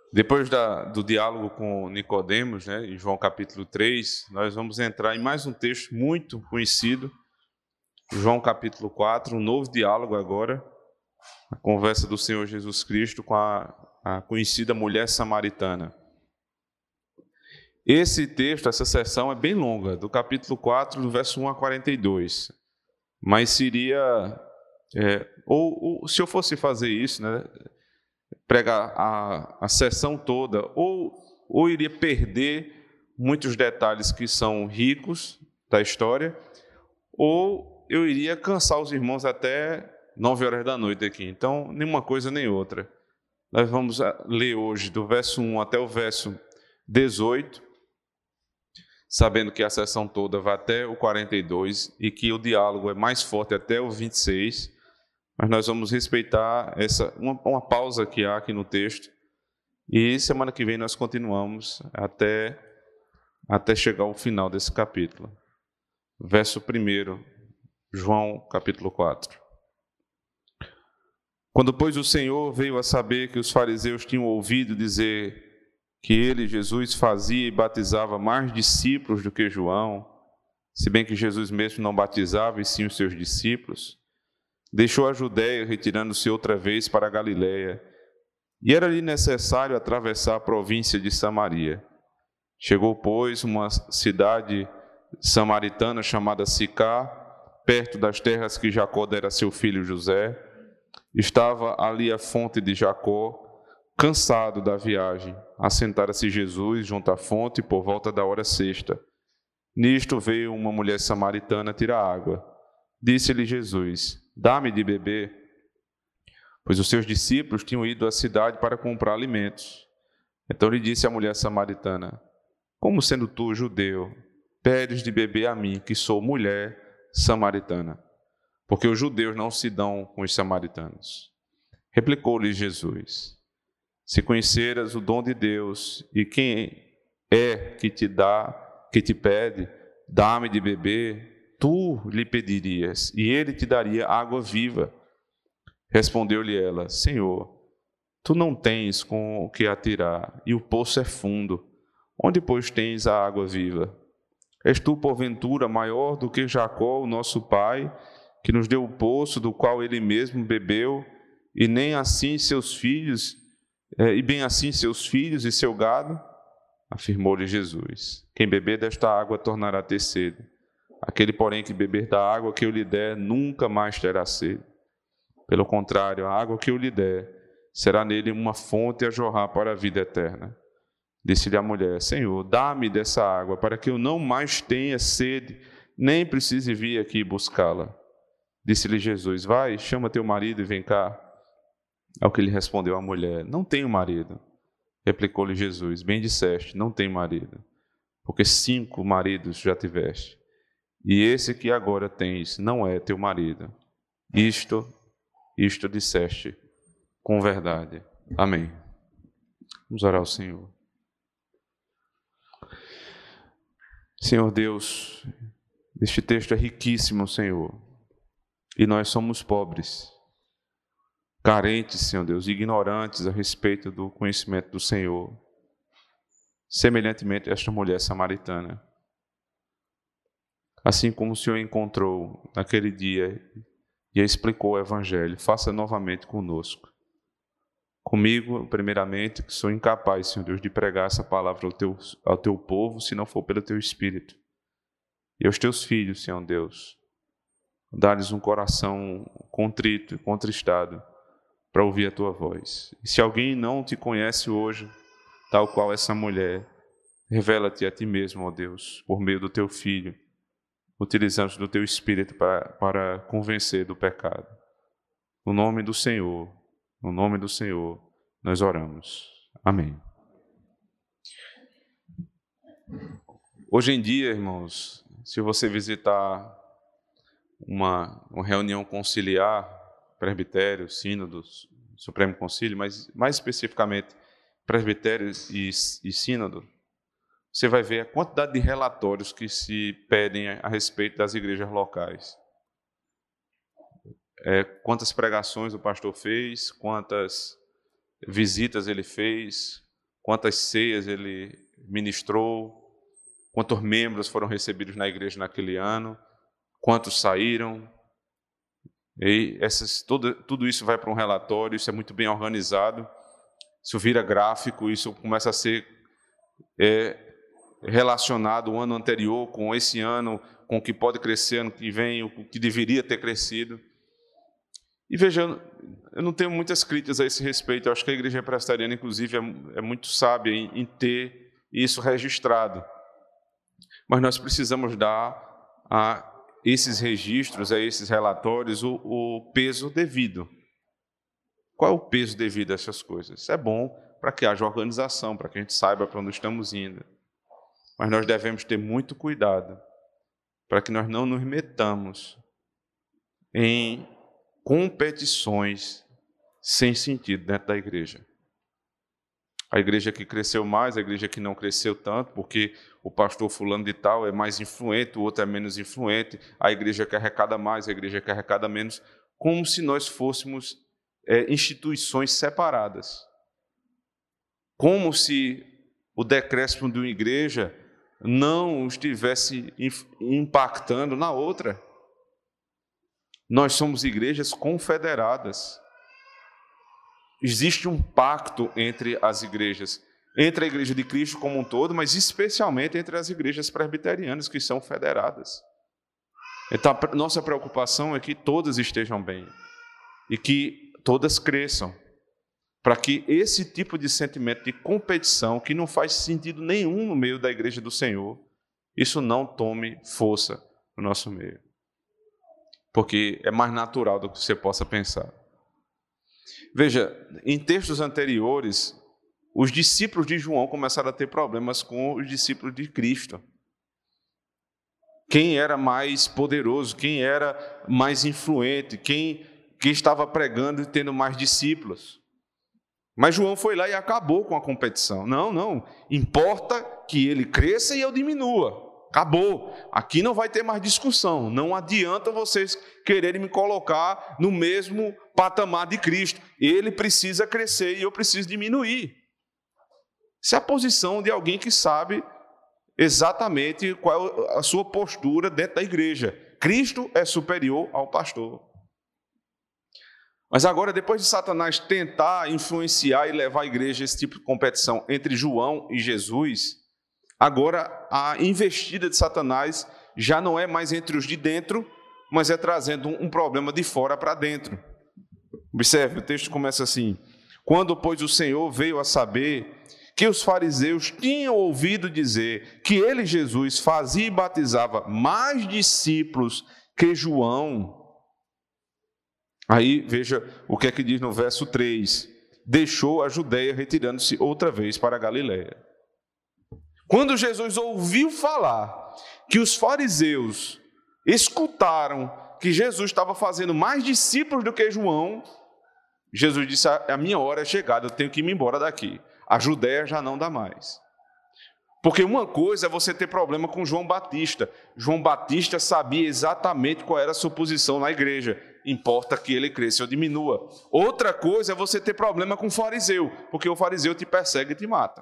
Depois do diálogo com Nicodemos, né, em João capítulo 3, nós vamos entrar em mais um texto muito conhecido, João capítulo 4, um novo diálogo agora, a conversa do Senhor Jesus Cristo com a conhecida mulher samaritana. Esse texto, essa sessão é bem longa, do capítulo 4, do verso 1 a 42, mas seria, ou se eu fosse fazer isso, né, pregar a sessão toda, ou iria perder muitos detalhes que são ricos da história, ou eu iria cansar os irmãos até 9 horas da noite aqui. Então, nenhuma coisa nem outra. Nós vamos ler hoje do verso 1 até o verso 18, sabendo que a sessão toda vai até o 42 e que o diálogo é mais forte até o 26, mas nós vamos respeitar uma pausa que há aqui no texto. E semana que vem nós continuamos até chegar ao final desse capítulo. Verso 1, João capítulo 4. Quando, pois, o Senhor veio a saber que os fariseus tinham ouvido dizer que ele, Jesus, fazia e batizava mais discípulos do que João, se bem que Jesus mesmo não batizava e sim os seus discípulos, deixou a Judéia, retirando-se outra vez para a Galiléia, e era-lhe necessário atravessar a província de Samaria. Chegou, pois, uma cidade samaritana chamada Sicar, perto das terras que Jacó dera a seu filho José. Estava ali a fonte de Jacó. Cansado da viagem, assentara-se Jesus junto à fonte por volta da hora sexta. Nisto veio uma mulher samaritana tirar água. Disse-lhe Jesus: dá-me de beber. Pois os seus discípulos tinham ido à cidade para comprar alimentos. Então lhe disse a mulher samaritana: como sendo tu judeu, pedes de beber a mim, que sou mulher samaritana? Porque os judeus não se dão com os samaritanos. Replicou-lhe Jesus: se conheceras o dom de Deus e quem é que te pede, dá-me de beber, tu lhe pedirias e ele te daria água viva. Respondeu-lhe ela: Senhor, tu não tens com o que atirar e o poço é fundo. Onde, pois, tens a água viva? És tu, porventura, maior do que Jacó, o nosso pai, que nos deu o poço do qual ele mesmo bebeu, e nem assim seus filhos, e bem assim seus filhos e seu gado? Afirmou-lhe Jesus: quem beber desta água tornará a ter sede. Aquele, porém, que beber da água que eu lhe der, nunca mais terá sede. Pelo contrário, a água que eu lhe der será nele uma fonte a jorrar para a vida eterna. Disse-lhe a mulher: Senhor, dá-me dessa água, para que eu não mais tenha sede, nem precise vir aqui buscá-la. Disse-lhe Jesus: vai, chama teu marido e vem cá. Ao que lhe respondeu a mulher: não tenho marido. Replicou-lhe Jesus: bem disseste, não tenho marido, porque 5 maridos já tiveste, e esse que agora tens não é teu marido. Isto disseste com verdade. Amém. Vamos orar ao Senhor. Senhor Deus, este texto é riquíssimo, Senhor, e nós somos pobres, carentes, Senhor Deus, ignorantes a respeito do conhecimento do Senhor, semelhantemente a esta mulher samaritana. Assim como o Senhor encontrou naquele dia e explicou o Evangelho, faça novamente conosco. Comigo, primeiramente, que sou incapaz, Senhor Deus, de pregar essa palavra ao teu povo, se não for pelo teu Espírito. E aos teus filhos, Senhor Deus, dá-lhes um coração contrito e contristado para ouvir a tua voz. E se alguém não te conhece hoje, tal qual essa mulher, revela-te a ti mesmo, ó Deus, por meio do teu Filho, utilizando do teu Espírito para convencer do pecado. No nome do Senhor, nós oramos. Amém. Hoje em dia, irmãos, se você visitar uma reunião conciliar, presbitério, sínodo, Supremo Concílio, mas mais especificamente presbitério e sínodo, você vai ver a quantidade de relatórios que se pedem a respeito das igrejas locais. Quantas pregações o pastor fez, quantas visitas ele fez, quantas ceias ele ministrou, quantos membros foram recebidos na igreja naquele ano, quantos saíram. E tudo isso vai para um relatório, isso é muito bem organizado, isso vira gráfico, isso começa a ser relacionado o ano anterior com esse ano, com o que pode crescer ano que vem, o que deveria ter crescido. E veja, eu não tenho muitas críticas a esse respeito, eu acho que a igreja presbiteriana, inclusive, é muito sábia em ter isso registrado. Mas nós precisamos dar a esses registros, a esses relatórios, o peso devido. Qual é o peso devido a essas coisas? Isso é bom para que haja organização, para que a gente saiba para onde estamos indo. Mas nós devemos ter muito cuidado para que nós não nos metamos em competições sem sentido dentro da igreja. A igreja que cresceu mais, a igreja que não cresceu tanto, porque o pastor fulano de tal é mais influente, o outro é menos influente, a igreja que arrecada mais, a igreja que arrecada menos, como se nós fôssemos instituições separadas. Como se o decréscimo de uma igreja não estivesse impactando na outra. Nós somos igrejas confederadas. Existe um pacto entre as igrejas, entre a igreja de Cristo como um todo, mas especialmente entre as igrejas presbiterianas que são federadas. Então, a nossa preocupação é que todas estejam bem e que todas cresçam, para que esse tipo de sentimento de competição, que não faz sentido nenhum no meio da igreja do Senhor, isso não tome força no nosso meio, porque é mais natural do que você possa pensar. Veja, em textos anteriores, os discípulos de João começaram a ter problemas com os discípulos de Cristo. Quem era mais poderoso, quem era mais influente, quem estava pregando e tendo mais discípulos. Mas João foi lá e acabou com a competição. Não, importa que ele cresça e eu diminua. Acabou. Aqui não vai ter mais discussão. Não adianta vocês quererem me colocar no mesmo patamar de Cristo. Ele precisa crescer e eu preciso diminuir. Essa é a posição de alguém que sabe exatamente qual é a sua postura dentro da igreja. Cristo é superior ao pastor. Mas agora, depois de Satanás tentar influenciar e levar a igreja a esse tipo de competição entre João e Jesus, agora a investida de Satanás já não é mais entre os de dentro, mas é trazendo um problema de fora para dentro. Observe, o texto começa assim: quando, pois, o Senhor veio a saber que os fariseus tinham ouvido dizer que ele, Jesus, fazia e batizava mais discípulos que João. Aí, veja o que é que diz no verso 3. Deixou a Judeia, retirando-se outra vez para a Galiléia. Quando Jesus ouviu falar que os fariseus escutaram que Jesus estava fazendo mais discípulos do que João, Jesus disse: a minha hora é chegada, eu tenho que ir embora daqui. A Judéia já não dá mais. Porque uma coisa é você ter problema com João Batista. João Batista sabia exatamente qual era a sua posição na igreja. Importa que ele cresça ou diminua. Outra coisa é você ter problema com o fariseu, porque o fariseu te persegue e te mata.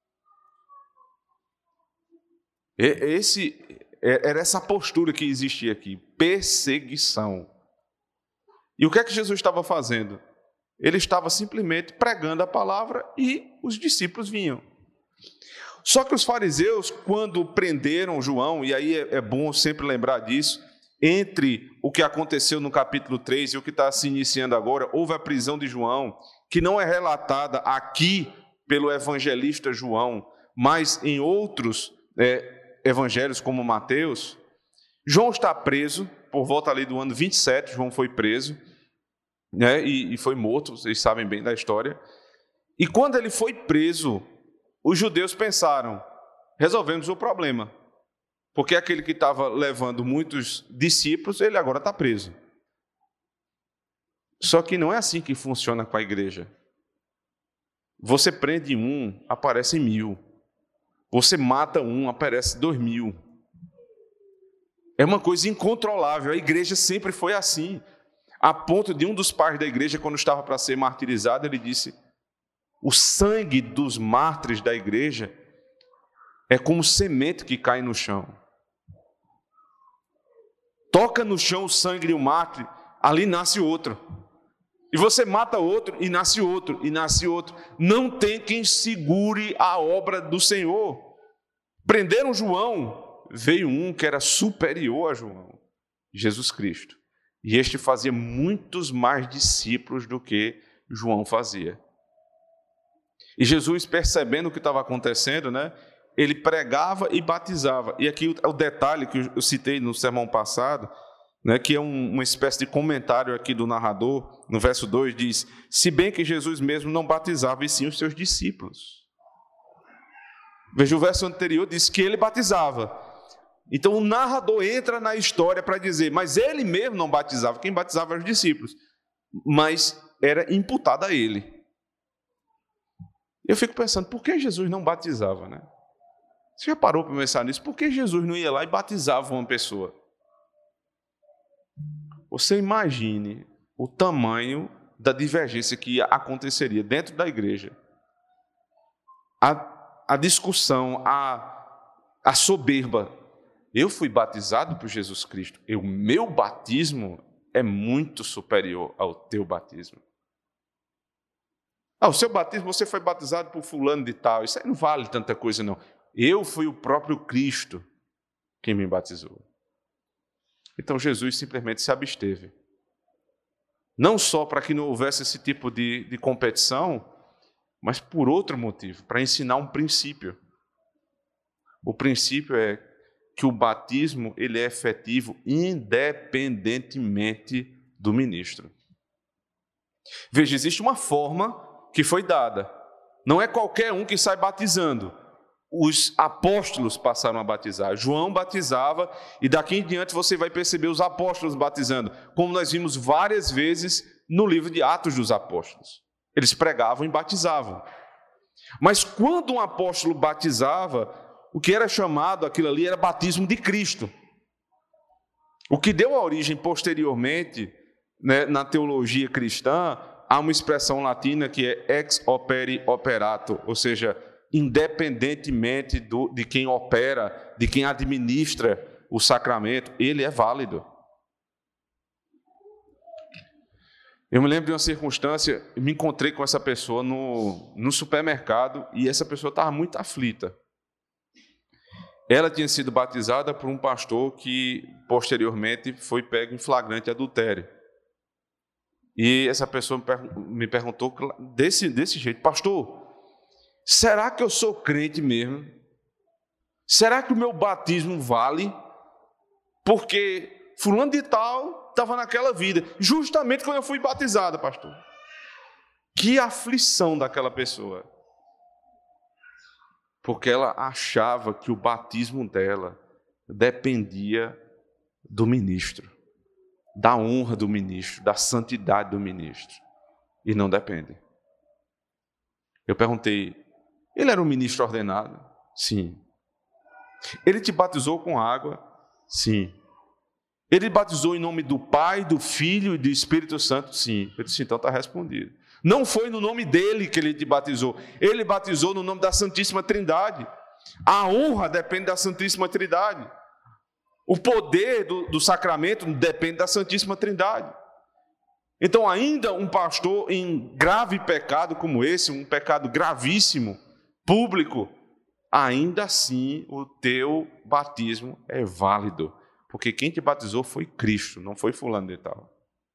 Era essa postura que existia aqui, perseguição. E o que é que Jesus estava fazendo? Ele estava simplesmente pregando a palavra e os discípulos vinham. Só que os fariseus, quando prenderam João, e aí é bom sempre lembrar disso, entre o que aconteceu no capítulo 3 e o que está se iniciando agora, houve a prisão de João, que não é relatada aqui pelo evangelista João, mas em outros evangelhos como Mateus. João está preso, por volta ali do ano 27, João foi preso, né, e foi morto, vocês sabem bem da história. E quando ele foi preso, os judeus pensaram: resolvemos o problema, porque aquele que estava levando muitos discípulos, ele agora está preso. Só que não é assim que funciona com a igreja. Você prende um, aparecem 1000. Você mata um, aparece 2000. É uma coisa incontrolável. A igreja sempre foi assim. A ponto de um dos pais da igreja, quando estava para ser martirizado, ele disse: O sangue dos mártires da igreja é como semente que cai no chão. Toca no chão o sangue de um mártir, ali nasce outro. E você mata outro, e nasce outro, e nasce outro. Não tem quem segure a obra do Senhor. Prenderam João, veio um que era superior a João, Jesus Cristo. E este fazia muitos mais discípulos do que João fazia. E Jesus, percebendo o que estava acontecendo, né, ele pregava e batizava. E aqui o detalhe que eu citei no sermão passado, né, que é uma espécie de comentário aqui do narrador, no verso 2 diz: se bem que Jesus mesmo não batizava, e sim os seus discípulos. Veja, o verso anterior diz que ele batizava. Então o narrador entra na história para dizer, mas ele mesmo não batizava, quem batizava eram os discípulos, mas era imputado a ele. Eu fico pensando, por que Jesus não batizava, né? Você já parou para pensar nisso? Por que Jesus não ia lá e batizava uma pessoa? Você imagine o tamanho da divergência que aconteceria dentro da igreja. A discussão, a soberba. Eu fui batizado por Jesus Cristo. O meu batismo é muito superior ao teu batismo. O seu batismo, você foi batizado por fulano de tal. Isso aí não vale tanta coisa, não. Eu fui o próprio Cristo quem me batizou. Então Jesus simplesmente se absteve. Não só para que não houvesse esse tipo de competição, mas por outro motivo, para ensinar um princípio. O princípio é que o batismo ele é efetivo independentemente do ministro. Veja, existe uma forma que foi dada. Não é qualquer um que sai batizando. Os apóstolos passaram a batizar. João batizava e daqui em diante você vai perceber os apóstolos batizando, como nós vimos várias vezes no livro de Atos dos Apóstolos. Eles pregavam e batizavam. Mas quando um apóstolo batizava, o que era chamado aquilo ali era batismo de Cristo. O que deu a origem posteriormente, né, na teologia cristã, há uma expressão latina que é ex opere operato, ou seja, independentemente de quem opera, de quem administra o sacramento, ele é válido. Eu me lembro de uma circunstância, eu me encontrei com essa pessoa no supermercado e essa pessoa estava muito aflita. Ela tinha sido batizada por um pastor que posteriormente foi pego em flagrante adultério. E essa pessoa me perguntou desse jeito: pastor, será que eu sou crente mesmo? Será que o meu batismo vale? Porque fulano de tal estava naquela vida, justamente quando eu fui batizada, pastor. Que aflição daquela pessoa. Porque ela achava que o batismo dela dependia do ministro, da honra do ministro, da santidade do ministro. E não depende. Eu perguntei, ele era um ministro ordenado? Sim. Ele te batizou com água? Sim. Ele batizou em nome do Pai, do Filho e do Espírito Santo? Sim. Eu disse, então está respondido. Não foi no nome dele que ele te batizou. Ele batizou no nome da Santíssima Trindade. A honra depende da Santíssima Trindade. O poder do sacramento depende da Santíssima Trindade. Então, ainda um pastor em grave pecado como esse, um pecado gravíssimo, público, ainda assim o teu batismo é válido. Porque quem te batizou foi Cristo, não foi fulano de tal.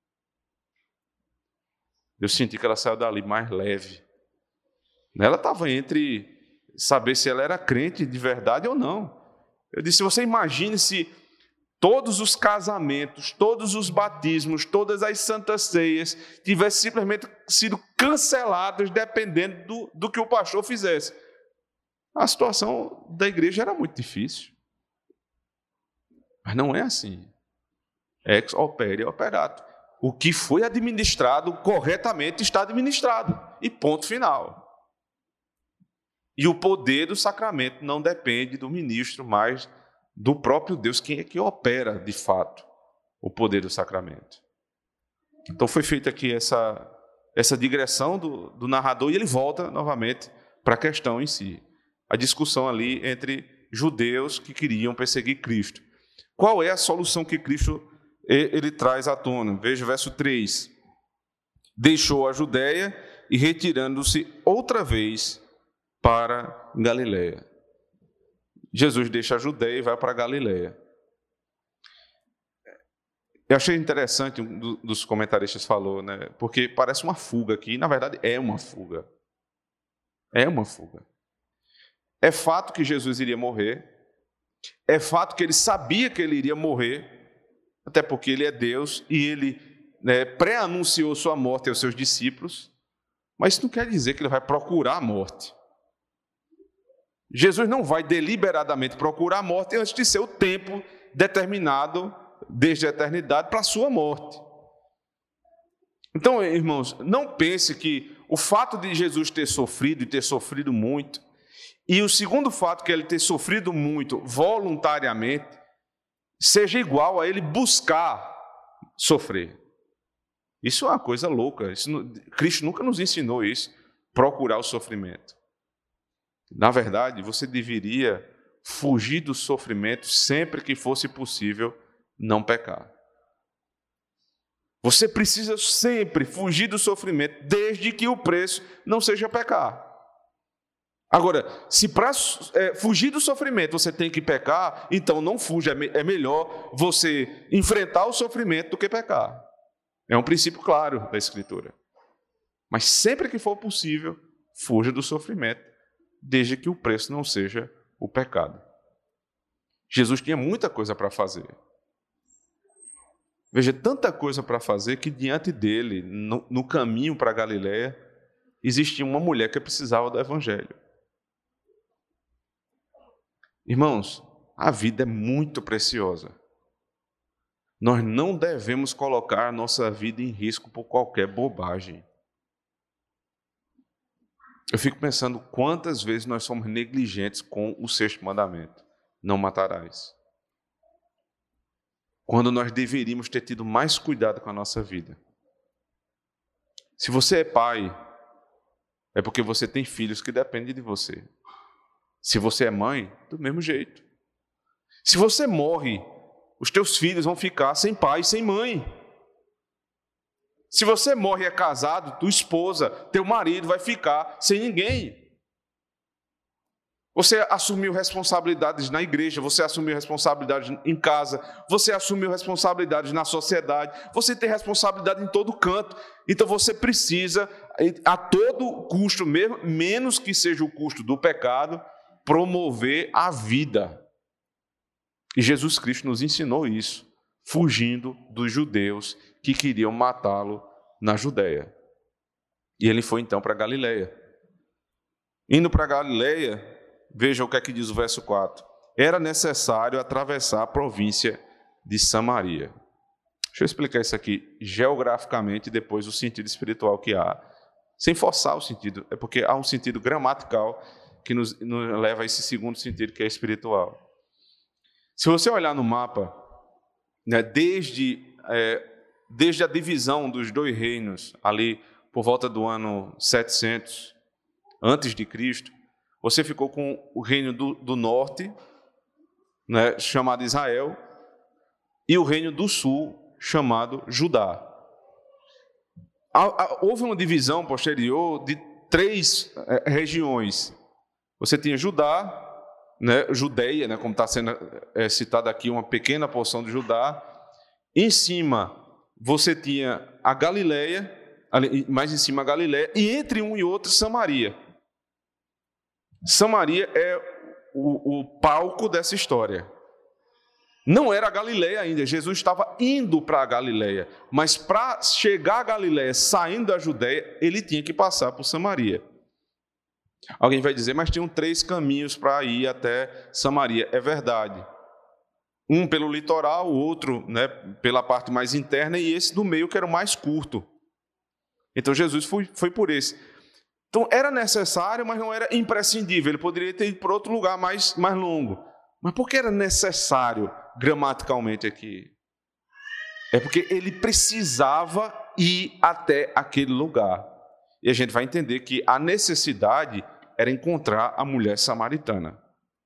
Eu senti que ela saiu dali mais leve. Ela estava entre saber se ela era crente de verdade ou não. Eu disse, você imagine se todos os casamentos, todos os batismos, todas as santas ceias tivessem simplesmente sido cancelados dependendo do que o pastor fizesse. A situação da igreja era muito difícil. Mas não é assim. Ex opere operato. O que foi administrado corretamente está administrado. E ponto final. E o poder do sacramento não depende do ministro, mas do próprio Deus, quem é que opera de fato o poder do sacramento. Então foi feita aqui essa digressão do narrador, e ele volta novamente para a questão em si. A discussão ali entre judeus que queriam perseguir Cristo. Qual é a solução que Cristo ele traz à tona? Veja o verso 3. Deixou a Judéia e retirando-se outra vez para Galiléia. Jesus deixa a Judéia e vai para Galiléia. Eu achei interessante, um dos comentaristas falou, né? Porque parece uma fuga aqui, e na verdade é uma fuga. É uma fuga. É fato que Jesus iria morrer, é fato que ele sabia que ele iria morrer, até porque ele é Deus e ele, né, pré-anunciou sua morte aos seus discípulos, mas isso não quer dizer que ele vai procurar a morte. Jesus não vai deliberadamente procurar a morte antes de ser o tempo determinado desde a eternidade para a sua morte. Então, irmãos, não pense que o fato de Jesus ter sofrido e ter sofrido muito, e o segundo fato que ele ter sofrido muito voluntariamente, seja igual a ele buscar sofrer. Isso é uma coisa louca. Cristo nunca nos ensinou isso, procurar o sofrimento. Na verdade, você deveria fugir do sofrimento sempre que fosse possível não pecar. Você precisa sempre fugir do sofrimento, desde que o preço não seja pecar. Agora, se para fugir do sofrimento você tem que pecar, então não fuja, é melhor você enfrentar o sofrimento do que pecar. É um princípio claro da Escritura. Mas sempre que for possível, fuja do sofrimento, desde que o preço não seja o pecado. Jesus tinha muita coisa para fazer. Veja, tanta coisa para fazer que diante dele, no caminho para Galiléia, existia uma mulher que precisava do Evangelho. Irmãos, a vida é muito preciosa. Nós não devemos colocar a nossa vida em risco por qualquer bobagem. Eu fico pensando quantas vezes nós somos negligentes com o sexto mandamento: não matarás. Quando nós deveríamos ter tido mais cuidado com a nossa vida. Se você é pai, é porque você tem filhos que dependem de você. Se você é mãe, do mesmo jeito. Se você morre, os teus filhos vão ficar sem pai e sem mãe. Se você morre e é casado, tua esposa, teu marido vai ficar sem ninguém. Você assumiu responsabilidades na igreja, você assumiu responsabilidades em casa, você assumiu responsabilidades na sociedade, você tem responsabilidade em todo canto. Então você precisa, a todo custo, mesmo, menos que seja o custo do pecado, promover a vida. E Jesus Cristo nos ensinou isso, fugindo dos judeus que queriam matá-lo na Judéia. E ele foi então para Galiléia. Indo para Galiléia, veja o que é que diz o verso 4. Era necessário atravessar a província de Samaria. Deixa eu explicar isso aqui geograficamente e depois o sentido espiritual que há. Sem forçar o sentido, é porque há um sentido gramatical que nos leva a esse segundo sentido, que é espiritual. Se você olhar no mapa, né, desde a divisão dos dois reinos, ali por volta do ano 700, antes de Cristo, você ficou com o reino do norte, né, chamado Israel, e o reino do sul, chamado Judá. Houve uma divisão posterior de 3 regiões. Você tinha Judá, né, Judeia, né, como está sendo citada aqui, uma pequena porção de Judá. Em cima, você tinha a Galiléia, mais em cima a Galiléia, e entre um e outro, Samaria. Samaria é o palco dessa história. Não era a Galiléia ainda, Jesus estava indo para a Galiléia, mas para chegar a Galiléia, saindo da Judéia, ele tinha que passar por Samaria. Alguém vai dizer, mas tinham 3 caminhos para ir até Samaria. É verdade. Um pelo litoral, o outro, né, pela parte mais interna, e esse do meio que era o mais curto. Então Jesus foi por esse. Então era necessário, mas não era imprescindível. Ele poderia ter ido para outro lugar mais longo. Mas por que era necessário gramaticalmente aqui? É porque ele precisava ir até aquele lugar. E a gente vai entender que a necessidade era encontrar a mulher samaritana.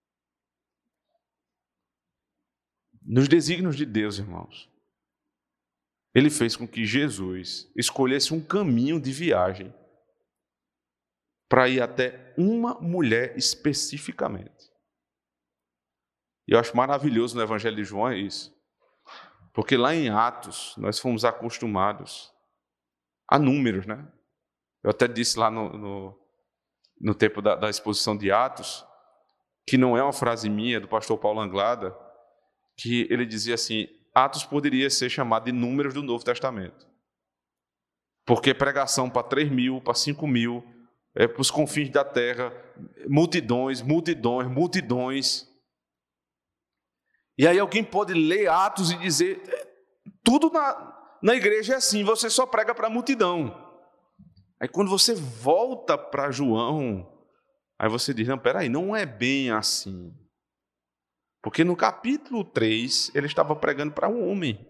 Nos desígnios de Deus, irmãos, Ele fez com que Jesus escolhesse um caminho de viagem para ir até uma mulher especificamente. E eu acho maravilhoso no Evangelho de João isso. Porque lá em Atos, nós fomos acostumados a números, né? Eu até disse lá no tempo da exposição de Atos, que não é uma frase minha, do pastor Paulo Anglada, que ele dizia assim, Atos poderia ser chamado de números do Novo Testamento. Porque pregação para 3.000, para 5.000, para os confins da terra, multidões, multidões, multidões. E aí alguém pode ler Atos e dizer, tudo na igreja é assim, você só prega para a multidão. Aí quando você volta para João, aí você diz, não, peraí, não é bem assim. Porque no capítulo 3, ele estava pregando para um homem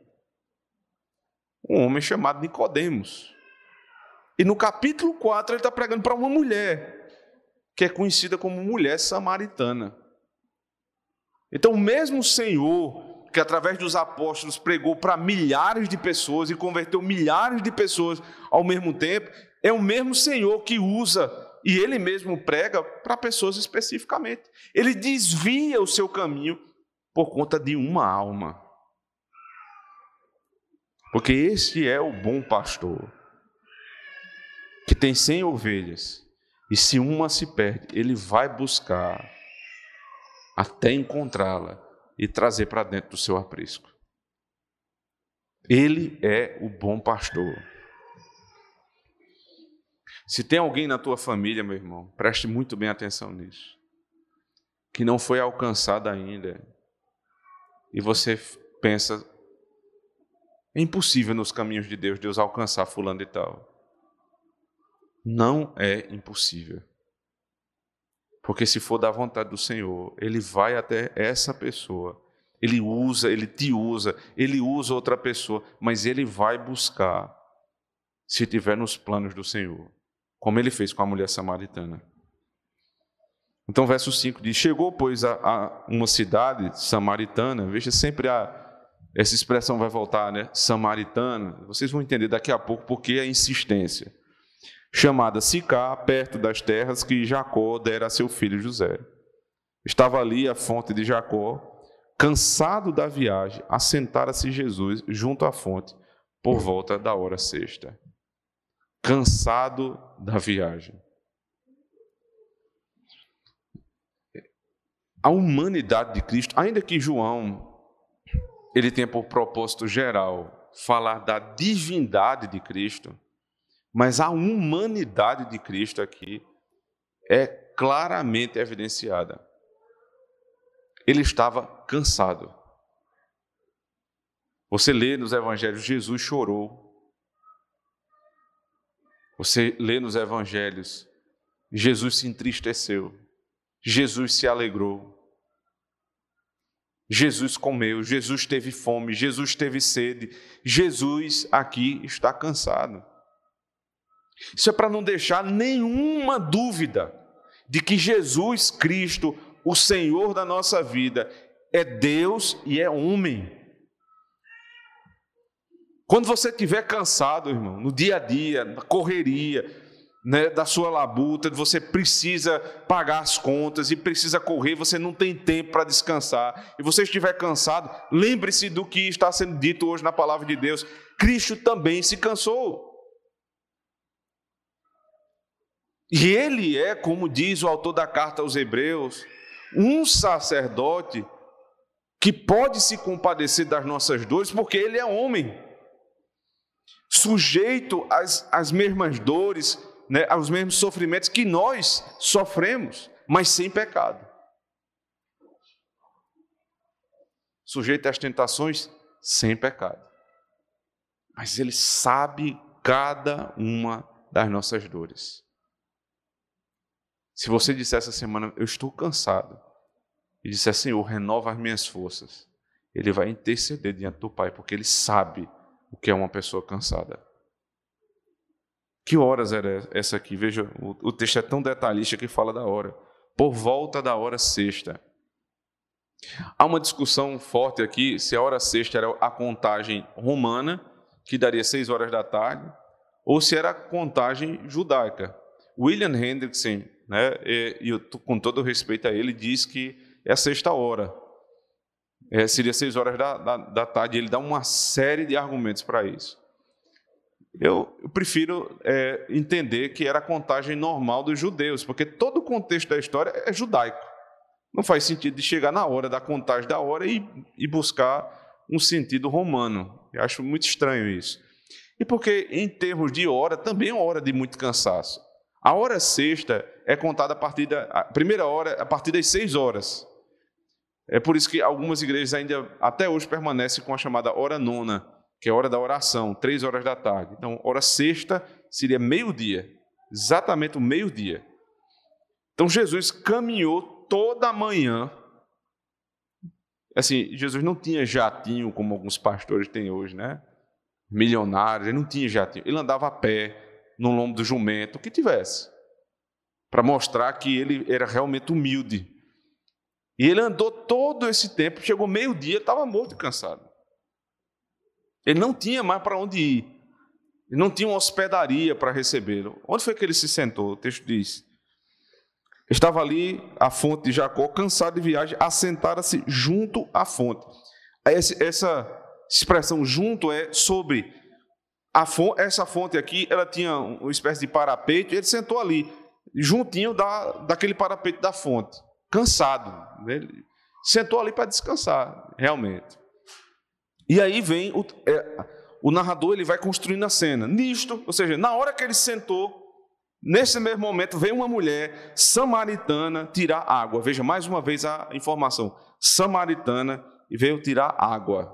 chamado Nicodemos. E no capítulo 4, ele está pregando para uma mulher, que é conhecida como mulher samaritana. Então, o mesmo Senhor, que através dos apóstolos pregou para milhares de pessoas e converteu milhares de pessoas ao mesmo tempo, é o mesmo Senhor que usa, e Ele mesmo prega para pessoas especificamente. Ele desvia o seu caminho por conta de uma alma. Porque este é o bom pastor, que tem 100 ovelhas, e se uma se perde, ele vai buscar até encontrá-la e trazer para dentro do seu aprisco. Ele é o bom pastor. Se tem alguém na tua família, meu irmão, preste muito bem atenção nisso, que não foi alcançado ainda, e você pensa, é impossível nos caminhos de Deus alcançar fulano e tal. Não é impossível. Porque se for da vontade do Senhor, Ele vai até essa pessoa. Ele te usa, Ele usa outra pessoa, mas Ele vai buscar, se estiver nos planos do Senhor, como Ele fez com a mulher samaritana. Então, verso 5 diz, chegou, pois, a uma cidade samaritana, veja, sempre essa expressão vai voltar, né? Samaritana, vocês vão entender daqui a pouco por que a insistência. Chamada Sicar, perto das terras que Jacó dera a seu filho José. Estava ali a fonte de Jacó, cansado da viagem, assentara-se Jesus junto à fonte, por volta da hora sexta. Cansado da viagem. A humanidade de Cristo, ainda que João, ele tenha por propósito geral falar da divindade de Cristo, mas a humanidade de Cristo aqui é claramente evidenciada. Ele estava cansado. Você lê nos evangelhos, Jesus chorou. Você lê nos evangelhos, Jesus se entristeceu. Jesus se alegrou. Jesus comeu, Jesus teve fome, Jesus teve sede. Jesus aqui está cansado. Isso é para não deixar nenhuma dúvida de que Jesus Cristo, o Senhor da nossa vida, é Deus e é homem. Quando você estiver cansado, irmão, no dia a dia, na correria, né, da sua labuta, você precisa pagar as contas e precisa correr, você não tem tempo para descansar, e você estiver cansado, lembre-se do que está sendo dito hoje na palavra de Deus. Cristo também se cansou. E ele é, como diz o autor da carta aos Hebreus, um sacerdote que pode se compadecer das nossas dores, porque ele é homem, sujeito às mesmas dores, né, aos mesmos sofrimentos que nós sofremos, mas sem pecado. Sujeito às tentações, sem pecado. Mas ele sabe cada uma das nossas dores. Se você disser essa semana, eu estou cansado, e disser, Senhor, renova as minhas forças, ele vai interceder diante do Pai, porque ele sabe o que é uma pessoa cansada. Que horas era essa aqui? Veja, o texto é tão detalhista que fala da hora. Por volta da hora sexta. Há uma discussão forte aqui se a hora sexta era a contagem romana, que daria 6 horas da tarde, ou se era a contagem judaica. William Hendrickson, né, e eu, com todo respeito a ele, diz que é a sexta hora. Seria 6 horas da tarde. Ele dá uma série de argumentos para isso. Eu prefiro entender que era a contagem normal dos judeus, porque todo o contexto da história é judaico. Não faz sentido de chegar na hora da contagem da hora e buscar um sentido romano. Eu acho muito estranho isso. E porque, em termos de hora, também é uma hora de muito cansaço. A hora sexta é contada a primeira hora a partir das 6 horas. É por isso que algumas igrejas ainda até hoje permanecem com a chamada hora nona, que é a hora da oração, 3 horas da tarde. Então, hora sexta seria meio-dia, exatamente o meio-dia. Então, Jesus caminhou toda a manhã. Assim, Jesus não tinha jatinho, como alguns pastores têm hoje, né? Milionários, ele não tinha jatinho. Ele andava a pé, no lombo do jumento, o que tivesse, para mostrar que ele era realmente humilde. E ele andou todo esse tempo, chegou meio-dia, estava morto e cansado. Ele não tinha mais para onde ir. Ele não tinha uma hospedaria para recebê-lo. Onde foi que ele se sentou? O texto diz: estava ali a fonte de Jacó, cansado de viagem, assentara-se junto à fonte. Essa expressão junto é sobre essa fonte aqui. Ela tinha uma espécie de parapeito, e ele sentou ali, juntinho daquele parapeito da fonte, cansado. Ele sentou ali para descansar, realmente. E aí vem o narrador, ele vai construindo a cena. Nisto, ou seja, na hora que ele sentou, nesse mesmo momento, veio uma mulher samaritana tirar água. Veja, mais uma vez a informação. Samaritana, e veio tirar água.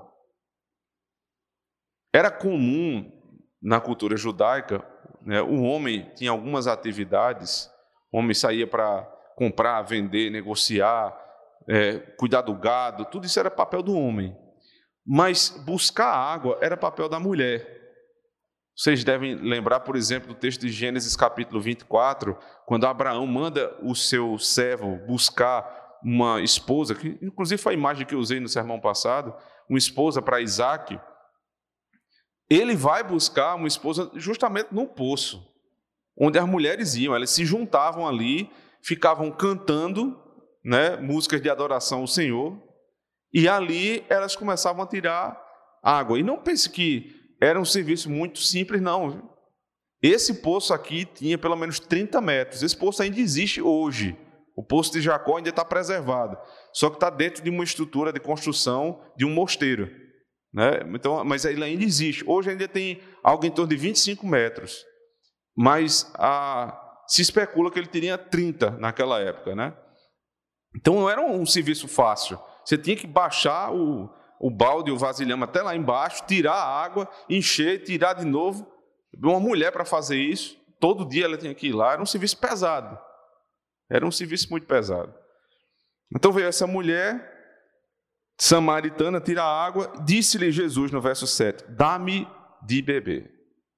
Era comum na cultura judaica, né, o homem tinha algumas atividades. O homem saía para comprar, vender, negociar, cuidar do gado. Tudo isso era papel do homem. Mas buscar água era papel da mulher. Vocês devem lembrar, por exemplo, do texto de Gênesis capítulo 24, quando Abraão manda o seu servo buscar uma esposa, que inclusive foi a imagem que eu usei no sermão passado, uma esposa para Isaac. Ele vai buscar uma esposa justamente no poço, onde as mulheres iam, elas se juntavam ali, ficavam cantando, né, músicas de adoração ao Senhor, e ali elas começavam a tirar água. E não pense que era um serviço muito simples, não. Esse poço aqui tinha pelo menos 30 metros. Esse poço ainda existe hoje. O poço de Jacó ainda está preservado. Só que está dentro de uma estrutura de construção de um mosteiro, né? Então, mas ele ainda existe. Hoje ainda tem algo em torno de 25 metros. Mas se especula que ele teria 30 naquela época, né? Então não era um serviço fácil. Você tinha que baixar o balde, o vasilhame até lá embaixo, tirar a água, encher, tirar de novo. Uma mulher para fazer isso, todo dia ela tinha que ir lá. Era um serviço pesado. Era um serviço muito pesado. Então veio essa mulher samaritana, tira a água, disse-lhe Jesus no verso 7, dá-me de beber.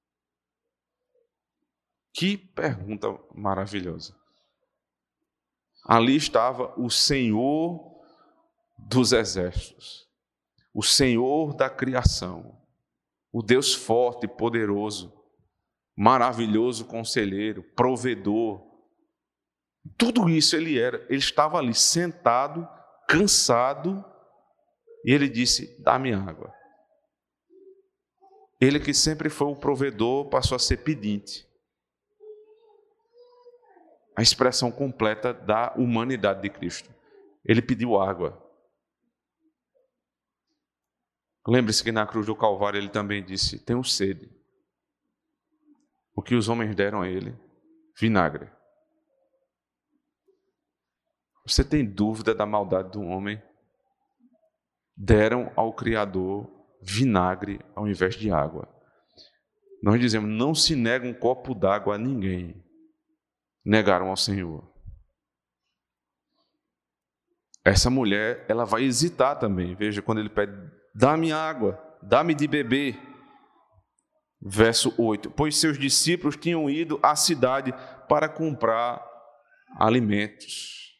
Que pergunta maravilhosa. Ali estava o Senhor dos exércitos, o Senhor da criação, o Deus forte e poderoso, maravilhoso conselheiro, provedor. Tudo isso ele era. Ele estava ali sentado, cansado, e ele disse, dá-me água. Ele que sempre foi o provedor passou a ser pedinte. A expressão completa da humanidade de Cristo. Ele pediu água. Lembre-se que na cruz do Calvário ele também disse, tenho sede. O que os homens deram a ele? Vinagre. Você tem dúvida da maldade do homem? Deram ao Criador vinagre ao invés de água. Nós dizemos, não se nega um copo d'água a ninguém. Negaram ao Senhor. Essa mulher, ela vai hesitar também. Veja, quando ele pede, dá-me água, dá-me de beber. Verso 8. Pois seus discípulos tinham ido à cidade para comprar alimentos.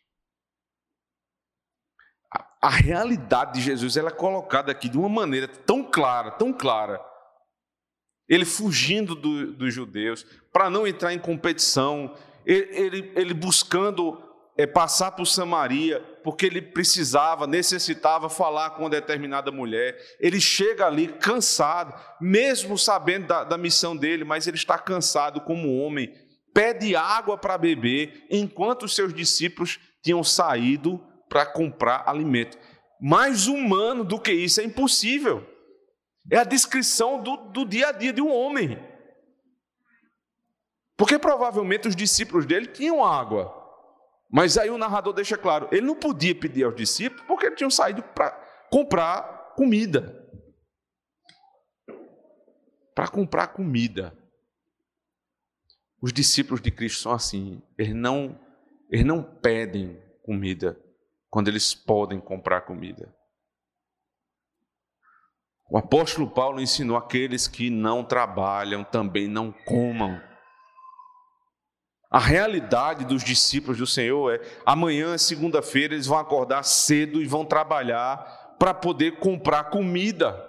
A realidade de Jesus ela é colocada aqui de uma maneira tão clara, tão clara. Ele fugindo dos judeus, para não entrar em competição, ele buscando passar por Samaria, porque ele necessitava falar com uma determinada mulher. Ele chega ali cansado, mesmo sabendo da missão dele, mas ele está cansado como homem, pede água para beber, enquanto os seus discípulos tinham saído para comprar alimento. Mais humano do que isso é impossível. É a descrição do dia a dia de um homem. Porque provavelmente os discípulos dele tinham água. Mas aí o narrador deixa claro, ele não podia pedir aos discípulos porque eles tinham saído para comprar comida. Para comprar comida. Os discípulos de Cristo são assim, eles não pedem comida quando eles podem comprar comida. O apóstolo Paulo ensinou aqueles que não trabalham também não comam. A realidade dos discípulos do Senhor é, amanhã, segunda-feira, eles vão acordar cedo e vão trabalhar para poder comprar comida.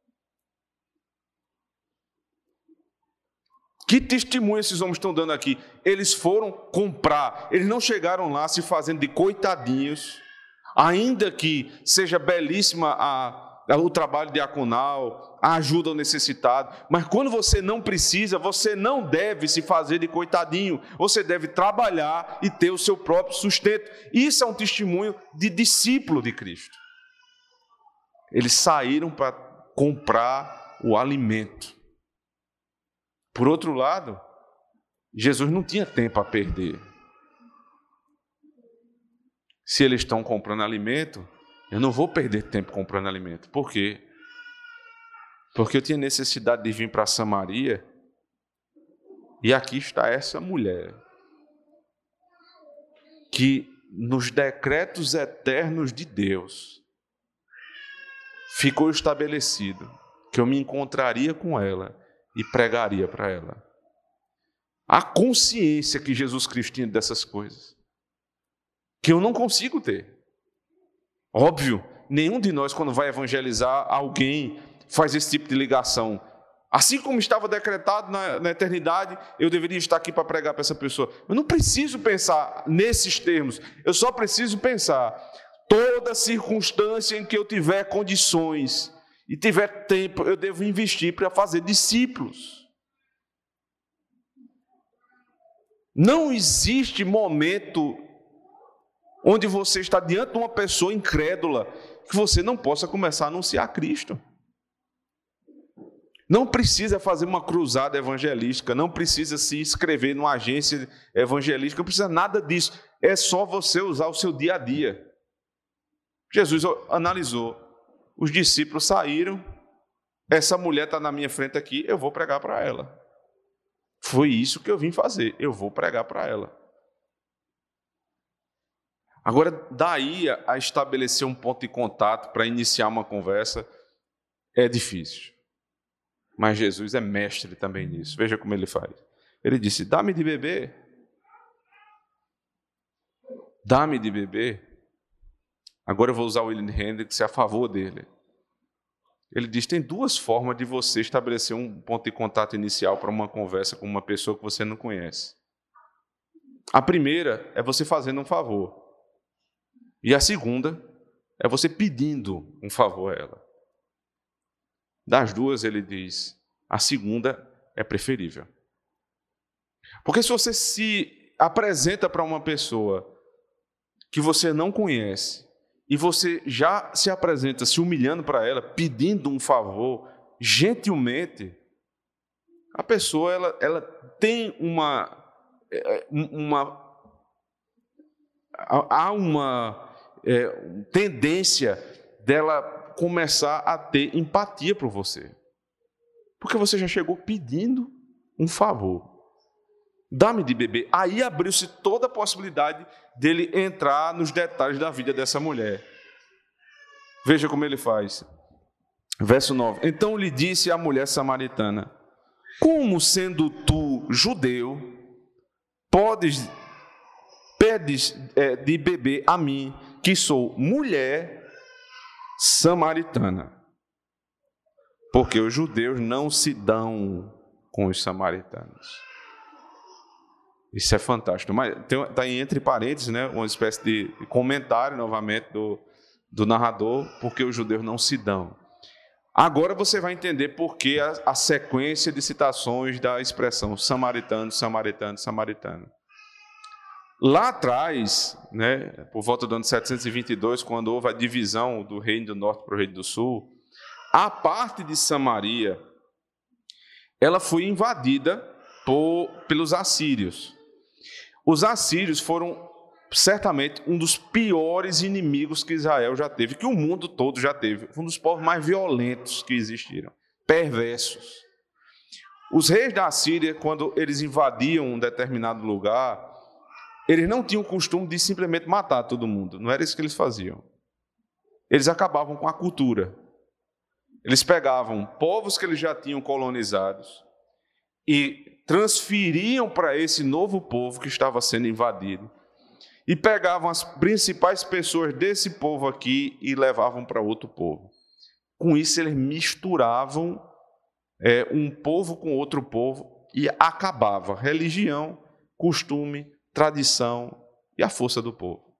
Que testemunho esses homens estão dando aqui? Eles foram comprar, eles não chegaram lá se fazendo de coitadinhos, ainda que seja belíssima o trabalho diaconal, a ajuda ao necessitado, mas quando você não precisa, você não deve se fazer de coitadinho, você deve trabalhar e ter o seu próprio sustento. Isso é um testemunho de discípulo de Cristo. Eles saíram para comprar o alimento. Por outro lado, Jesus não tinha tempo a perder. Se eles estão comprando alimento, eu não vou perder tempo comprando alimento. Por quê? Porque eu tinha necessidade de vir para Samaria e aqui está essa mulher que nos decretos eternos de Deus ficou estabelecido que eu me encontraria com ela e pregaria para ela. A consciência que Jesus Cristo tinha dessas coisas, que eu não consigo ter. Óbvio, nenhum de nós, quando vai evangelizar alguém, faz esse tipo de ligação. Assim como estava decretado na eternidade, eu deveria estar aqui para pregar para essa pessoa. Eu não preciso pensar nesses termos, eu só preciso pensar toda circunstância em que eu tiver condições e tiver tempo, eu devo investir para fazer discípulos. Não existe momento onde você está diante de uma pessoa incrédula que você não possa começar a anunciar Cristo. Não precisa fazer uma cruzada evangelística, não precisa se inscrever numa agência evangelística, não precisa nada disso. É só você usar o seu dia a dia. Jesus analisou. Os discípulos saíram, essa mulher está na minha frente aqui, eu vou pregar para ela. Foi isso que eu vim fazer, eu vou pregar para ela. Agora, daí a estabelecer um ponto de contato para iniciar uma conversa é difícil. Mas Jesus é mestre também nisso. Veja como ele faz. Ele disse, dá-me de beber. Dá-me de beber. Agora eu vou usar o William Hendricks a favor dele. Ele diz, tem duas formas de você estabelecer um ponto de contato inicial para uma conversa com uma pessoa que você não conhece. A primeira é você fazendo um favor. E a segunda é você pedindo um favor a ela. Das duas, ele diz, a segunda é preferível. Porque se você se apresenta para uma pessoa que você não conhece e você já se apresenta se humilhando para ela, pedindo um favor, gentilmente, a pessoa ela tem uma tendência dela começar a ter empatia por você. Porque você já chegou pedindo um favor. Dá-me de beber. Aí abriu-se toda a possibilidade dele entrar nos detalhes da vida dessa mulher. Veja como ele faz. Verso 9. Então lhe disse a mulher samaritana, como sendo tu judeu, pedes de beber a mim, que sou mulher samaritana? Porque os judeus não se dão com os samaritanos. Isso é fantástico. Mas está entre parênteses, né, uma espécie de comentário, novamente, do narrador, porque os judeus não se dão. Agora você vai entender por que a sequência de citações da expressão samaritano, samaritano, samaritano. Lá atrás, né, por volta do ano 722, quando houve a divisão do reino do norte para o reino do sul, a parte de Samaria, ela foi invadida pelos assírios. Os assírios foram certamente um dos piores inimigos que Israel já teve, que o mundo todo já teve. Foi um dos povos mais violentos que existiram, perversos. Os reis da Assíria, quando eles invadiam um determinado lugar, eles não tinham o costume de simplesmente matar todo mundo. Não era isso que eles faziam. Eles acabavam com a cultura. Eles pegavam povos que eles já tinham colonizados e transferiam para esse novo povo que estava sendo invadido. E pegavam as principais pessoas desse povo aqui e levavam para outro povo. Com isso, eles misturavam um povo com outro povo e acabava religião, costume, tradição e a força do povo.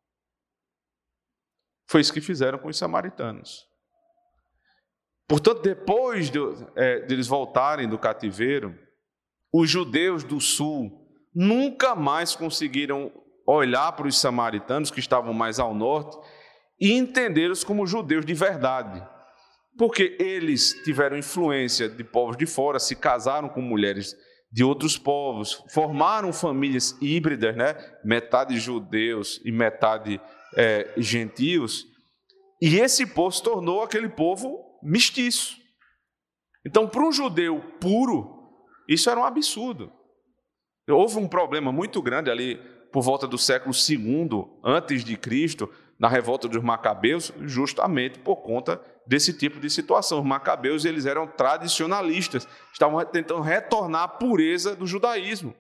Foi isso que fizeram com os samaritanos. Portanto, depois de eles voltarem do cativeiro, os judeus do sul nunca mais conseguiram olhar para os samaritanos que estavam mais ao norte e entendê-los como judeus de verdade. Porque eles tiveram influência de povos de fora, se casaram com mulheres de outros povos, formaram famílias híbridas, né? Metade judeus e metade gentios, e esse povo se tornou aquele povo mestiço. Então, para um judeu puro, isso era um absurdo. Houve um problema muito grande ali por volta do século II antes de Cristo, na revolta dos Macabeus, justamente por conta desse tipo de situação. Os Macabeus, eles eram tradicionalistas, estavam tentando retornar à pureza do judaísmo.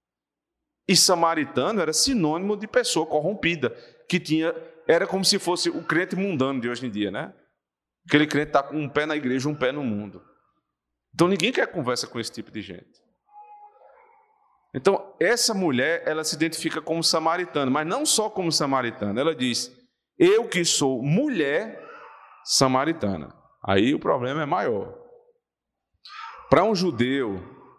E samaritano era sinônimo de pessoa corrompida, era como se fosse o crente mundano de hoje em dia, né? Aquele crente está com um pé na igreja, um pé no mundo. Então ninguém quer conversa com esse tipo de gente. Então, essa mulher, ela se identifica como samaritana, mas não só como samaritana. Ela diz, eu que sou mulher samaritana. Aí o problema é maior. Para um judeu,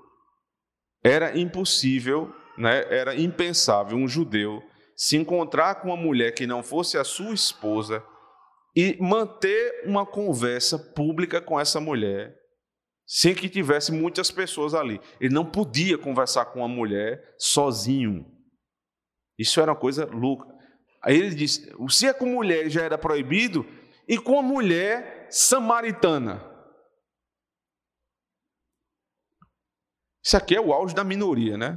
era impossível, né, era impensável um judeu se encontrar com uma mulher que não fosse a sua esposa e manter uma conversa pública com essa mulher, sem que tivesse muitas pessoas ali. Ele não podia conversar com uma mulher sozinho. Isso era uma coisa louca. Aí ele disse, se é com mulher já era proibido, e com a mulher samaritana. Isso aqui é o auge da minoria, né?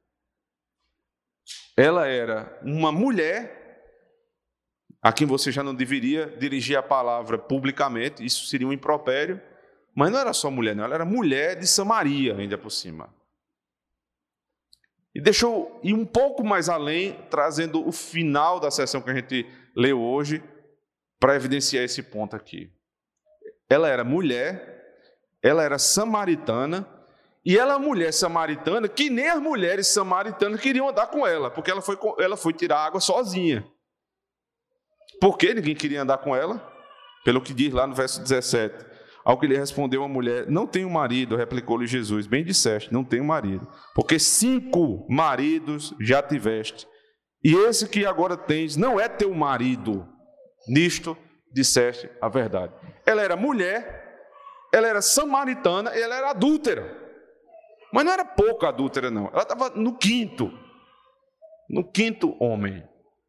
Ela era uma mulher a quem você já não deveria dirigir a palavra publicamente, isso seria um impropério. Mas não era só mulher, não. Ela era mulher de Samaria, ainda por cima. E deixou ir um pouco mais além, trazendo o final da sessão que a gente leu hoje, para evidenciar esse ponto aqui. Ela era mulher, ela era samaritana, e ela é uma mulher samaritana que nem as mulheres samaritanas queriam andar com ela, porque ela foi tirar água sozinha. Por que ninguém queria andar com ela? Pelo que diz lá no verso 17. Ao que lhe respondeu a mulher, não tenho marido, replicou-lhe Jesus, bem disseste, não tenho marido, porque 5 maridos já tiveste, e esse que agora tens não é teu marido, nisto disseste a verdade. Ela era mulher, ela era samaritana, e ela era adúltera, mas não era pouco adúltera não, ela estava no quinto homem.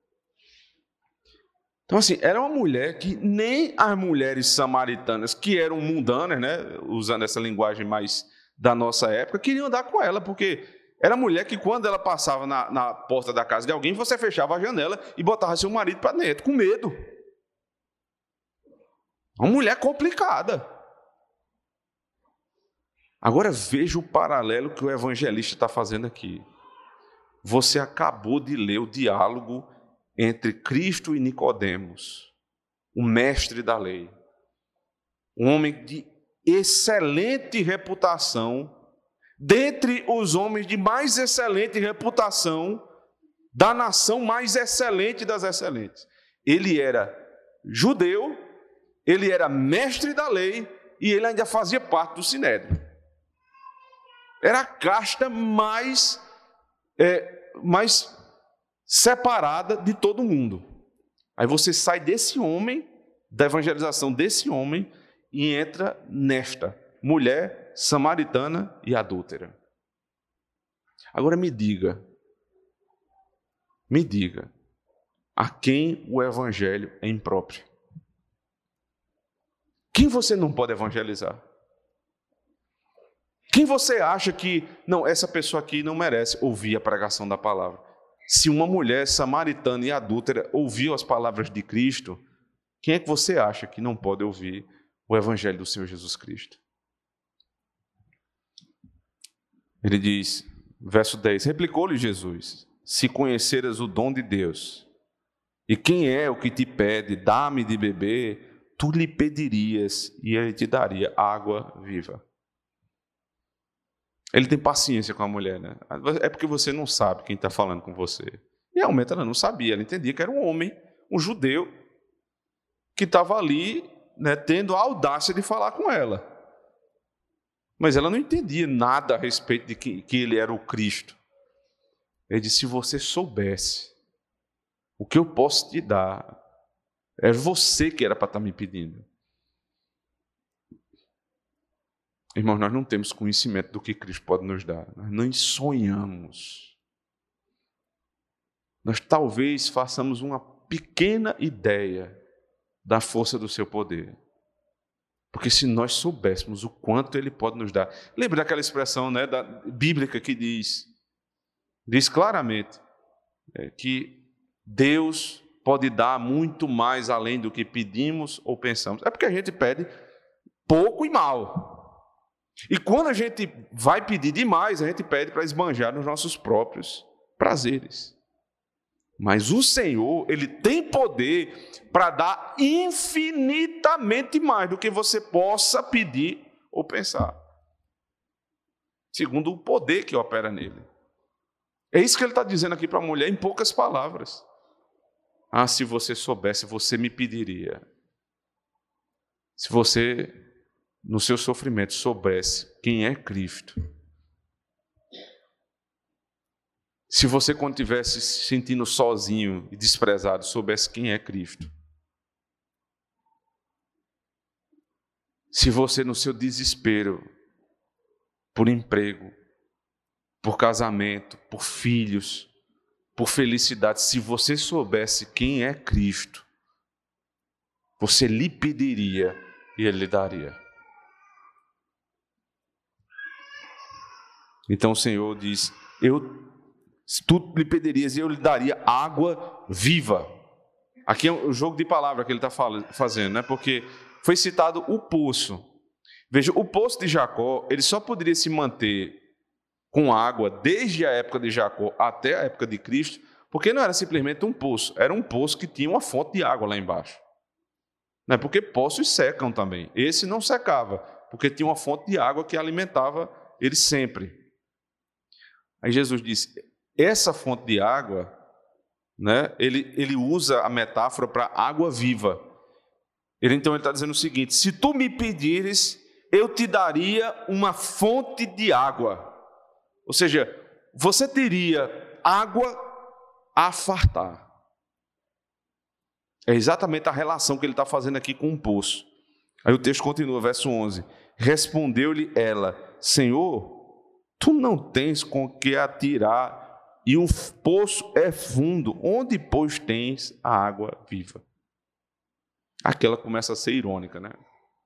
Então, assim, era uma mulher que nem as mulheres samaritanas, que eram mundanas, né, usando essa linguagem mais da nossa época, queriam andar com ela, porque era mulher que, quando ela passava na porta da casa de alguém, você fechava a janela e botava seu marido para dentro, com medo. Uma mulher complicada. Agora veja o paralelo que o evangelista está fazendo aqui. Você acabou de ler o diálogo entre Cristo e Nicodemos, o mestre da lei. Um homem de excelente reputação, dentre os homens de mais excelente reputação, da nação mais excelente das excelentes. Ele era judeu, ele era mestre da lei e ele ainda fazia parte do Sinédrio. Era a casta mais separada de todo mundo. Aí você sai desse homem, da evangelização desse homem, e entra nesta mulher samaritana e adúltera. Agora me diga, a quem o evangelho é impróprio? Quem você não pode evangelizar? Quem você acha que, não, essa pessoa aqui não merece ouvir a pregação da palavra? Se uma mulher samaritana e adúltera ouviu as palavras de Cristo, quem é que você acha que não pode ouvir o evangelho do Senhor Jesus Cristo? Ele diz, verso 10, replicou-lhe Jesus, se conheceras o dom de Deus, e quem é o que te pede, dá-me de beber, tu lhe pedirias, e ele te daria água viva. Ele tem paciência com a mulher, né? É porque você não sabe quem está falando com você. E realmente ela não sabia, ela entendia que era um homem, um judeu, que estava ali, né, tendo a audácia de falar com ela. Mas ela não entendia nada a respeito de que ele era o Cristo. Ele disse, se você soubesse o que eu posso te dar, é você que era para estar me pedindo. Irmãos, nós não temos conhecimento do que Cristo pode nos dar. Nós nem sonhamos. Nós talvez façamos uma pequena ideia da força do seu poder. Porque se nós soubéssemos o quanto Ele pode nos dar... Lembra daquela expressão, né, bíblica que diz claramente que Deus pode dar muito mais além do que pedimos ou pensamos. É porque a gente pede pouco e mal. E quando a gente vai pedir demais, a gente pede para esbanjar nos nossos próprios prazeres. Mas o Senhor, Ele tem poder para dar infinitamente mais do que você possa pedir ou pensar. Segundo o poder que opera nele. É isso que Ele está dizendo aqui para a mulher em poucas palavras. Ah, se você soubesse, você me pediria. Se você, no seu sofrimento, soubesse quem é Cristo. Se você, quando estivesse se sentindo sozinho e desprezado, soubesse quem é Cristo. Se você, no seu desespero, por emprego, por casamento, por filhos, por felicidade, se você soubesse quem é Cristo, você lhe pediria e Ele lhe daria. Então o Senhor diz, tu lhe pedirias e eu lhe daria água viva. Aqui é o jogo de palavra que ele está fazendo, né? Porque foi citado o poço. Veja, o poço de Jacó, ele só poderia se manter com água desde a época de Jacó até a época de Cristo, porque não era simplesmente um poço, era um poço que tinha uma fonte de água lá embaixo. Não é porque poços secam também. Esse não secava, porque tinha uma fonte de água que alimentava ele sempre. Aí Jesus disse, essa fonte de água, né, ele usa a metáfora para água viva. Então ele está dizendo o seguinte, se tu me pedires, eu te daria uma fonte de água. Ou seja, você teria água a fartar. É exatamente a relação que ele está fazendo aqui com um poço. Aí o texto continua, verso 11. Respondeu-lhe ela, Senhor, tu não tens com que atirar e o poço é fundo. Onde, pois, tens a água viva? Aqui ela começa a ser irônica, né?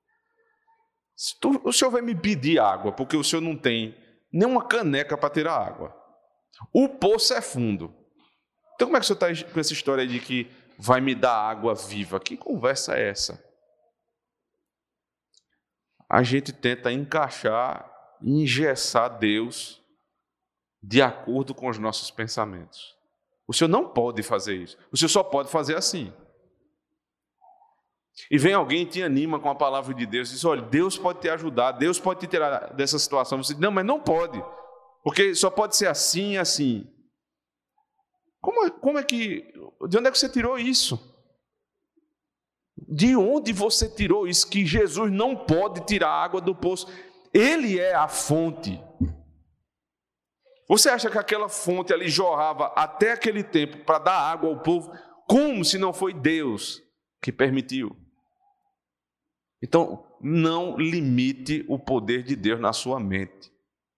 O senhor vai me pedir água, porque o senhor não tem nenhuma caneca para tirar água. O poço é fundo. Então como é que o senhor está com essa história de que vai me dar água viva? Que conversa é essa? A gente tenta encaixar engessar Deus de acordo com os nossos pensamentos. O Senhor não pode fazer isso. O Senhor só pode fazer assim. E vem alguém e te anima com a palavra de Deus e diz, olha, Deus pode te ajudar, Deus pode te tirar dessa situação. Você diz, não, mas não pode, porque só pode ser assim e assim. De onde é que você tirou isso? De onde você tirou isso? Que Jesus não pode tirar a água do poço. Ele é a fonte. Você acha que aquela fonte ali jorrava até aquele tempo para dar água ao povo? Como se não foi Deus que permitiu? Então, não limite o poder de Deus na sua mente.